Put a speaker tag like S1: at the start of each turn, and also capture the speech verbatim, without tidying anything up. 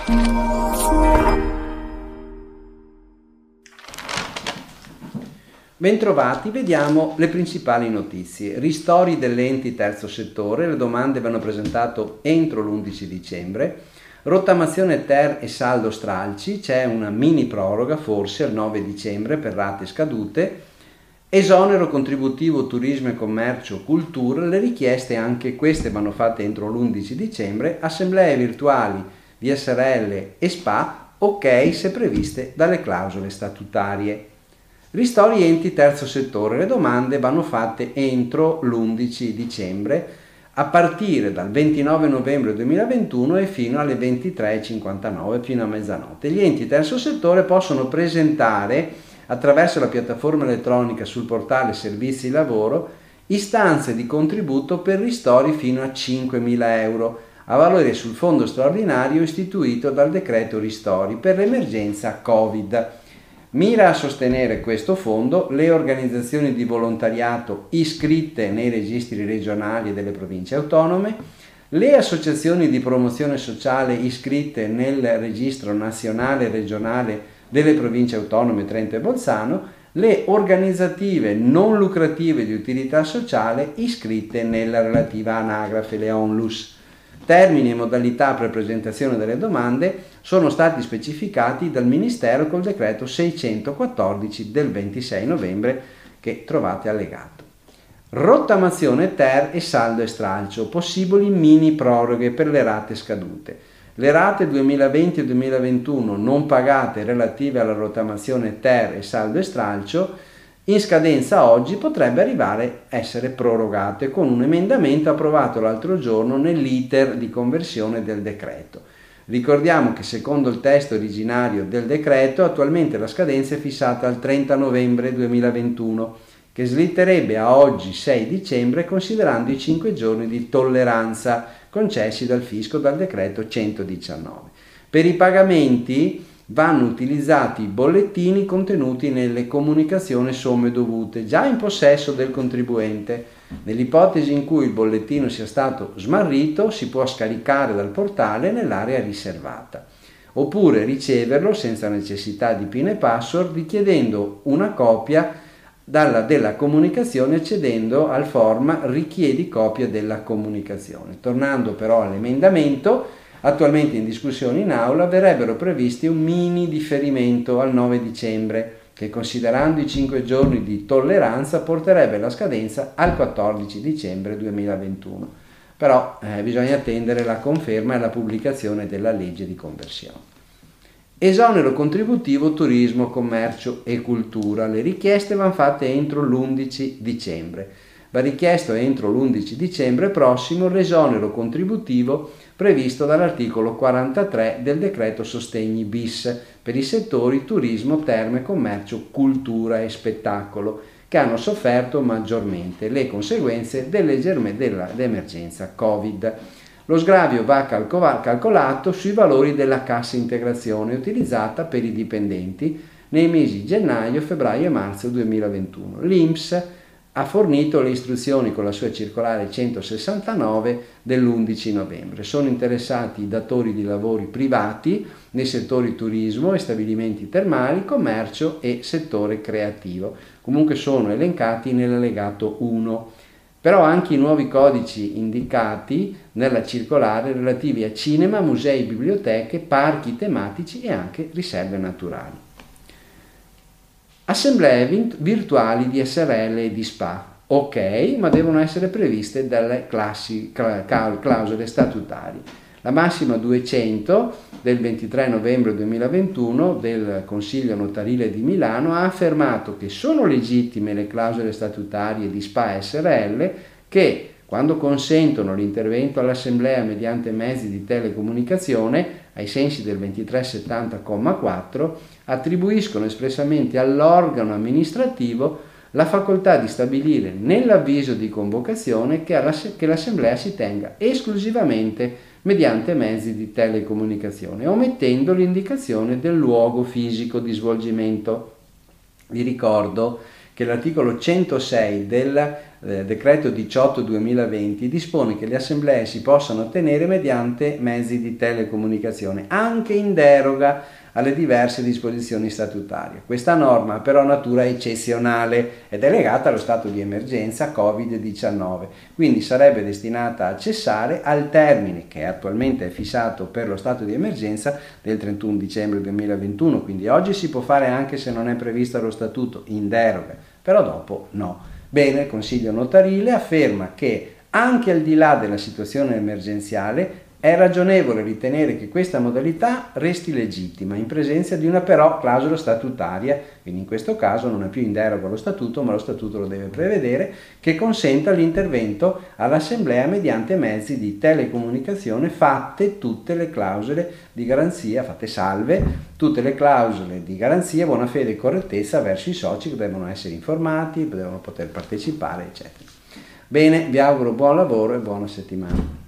S1: Bentrovati, vediamo le principali notizie. Ristori degli enti terzo settore, le domande vanno presentate entro l'undici dicembre. Rottamazione ter e saldo stralci, c'è una mini proroga forse al nove dicembre per rate scadute. Esonero contributivo turismo e commercio cultura, le richieste anche queste vanno fatte entro l'undici dicembre. Assemblee virtuali di S R L e S P A, ok se previste dalle clausole statutarie. Ristori enti terzo settore, le domande vanno fatte entro l'undici dicembre a partire dal ventinove novembre duemilaventuno e fino alle ventitré e cinquantanove, fino a mezzanotte. Gli enti terzo settore possono presentare attraverso la piattaforma elettronica sul portale Servizi Lavoro istanze di contributo per ristori fino a cinquemila euro a valere sul fondo straordinario istituito dal decreto ristori per l'emergenza Covid. Mira a sostenere questo fondo le organizzazioni di volontariato iscritte nei registri regionali delle province autonome, le associazioni di promozione sociale iscritte nel registro nazionale e regionale delle province autonome Trento e Bolzano, le organizzative non lucrative di utilità sociale iscritte nella relativa anagrafe, le ONLUS. Termini e modalità per presentazione delle domande sono stati specificati dal Ministero col decreto seicentoquattordici del ventisei novembre che trovate allegato. Rottamazione ter e saldo e stralcio, possibili mini proroghe per le rate scadute. Le rate duemilaventi e duemilaventuno non pagate relative alla rottamazione ter e saldo e stralcio in scadenza oggi potrebbe arrivare a essere prorogate con un emendamento approvato l'altro giorno nell'iter di conversione del decreto. Ricordiamo che secondo il testo originario del decreto attualmente la scadenza è fissata al trenta novembre duemilaventuno, che slitterebbe a oggi sei dicembre considerando i cinque giorni di tolleranza concessi dal fisco dal decreto centodiciannove. Per i pagamenti vanno utilizzati i bollettini contenuti nelle comunicazioni somme dovute già in possesso del contribuente. Nell'ipotesi in cui il bollettino sia stato smarrito si può scaricare dal portale nell'area riservata oppure riceverlo senza necessità di PIN e password richiedendo una copia dalla, della comunicazione accedendo al form richiedi copia della comunicazione. Tornando però all'emendamento attualmente in discussione in aula, verrebbero previsti un mini differimento al nove dicembre che considerando i cinque giorni di tolleranza porterebbe la scadenza al quattordici dicembre duemilaventuno. Però eh, bisogna attendere la conferma e la pubblicazione della legge di conversione. Esonero contributivo turismo, commercio e cultura. Le richieste vanno fatte entro l'undici dicembre. Va richiesto entro l'undici dicembre prossimo l'esonero contributivo previsto dall'articolo quarantatré del decreto sostegni bis per i settori turismo, terme, commercio, cultura e spettacolo che hanno sofferto maggiormente le conseguenze dell'emergenza Covid. Lo sgravio va calcolato sui valori della cassa integrazione utilizzata per i dipendenti nei mesi gennaio, febbraio e marzo duemilaventuno. L'I N P S ha fornito le istruzioni con la sua circolare centosessantanove dell'undici novembre. Sono interessati i datori di lavori privati nei settori turismo e stabilimenti termali, commercio e settore creativo. Comunque sono elencati nell'allegato uno. Però anche i nuovi codici indicati nella circolare relativi a cinema, musei, biblioteche, parchi tematici e anche riserve naturali. Assemblee virtuali di S R L e di S P A, ok, ma devono essere previste dalle classi, clausole statutarie. La massima duecento del ventitré novembre duemilaventuno del Consiglio Notarile di Milano ha affermato che sono legittime le clausole statutarie di S P A e S R L che, quando consentono l'intervento all'Assemblea mediante mezzi di telecomunicazione, ai sensi del ventitré settanta comma quattro, attribuiscono espressamente all'organo amministrativo la facoltà di stabilire nell'avviso di convocazione che, che l'Assemblea si tenga esclusivamente mediante mezzi di telecomunicazione, omettendo l'indicazione del luogo fisico di svolgimento. Vi ricordo che l'articolo centosei del eh, decreto diciotto duemilaventi dispone che le assemblee si possano tenere mediante mezzi di telecomunicazione, anche in deroga alle diverse disposizioni statutarie. Questa norma ha però natura eccezionale ed è legata allo stato di emergenza covid diciannove, quindi sarebbe destinata a cessare al termine che attualmente è fissato per lo stato di emergenza del trentuno dicembre duemilaventuno, quindi oggi si può fare anche se non è previsto allo statuto in deroga, però dopo no. Bene, il Consiglio notarile afferma che anche al di là della situazione emergenziale è ragionevole ritenere che questa modalità resti legittima in presenza di una però clausola statutaria, quindi in questo caso non è più in deroga allo statuto, ma lo statuto lo deve prevedere, che consenta l'intervento all'assemblea mediante mezzi di telecomunicazione, fatte tutte le clausole di garanzia, fatte salve tutte le clausole di garanzia, buona fede e correttezza verso i soci che devono essere informati, devono poter partecipare, eccetera. Bene, vi auguro buon lavoro e buona settimana.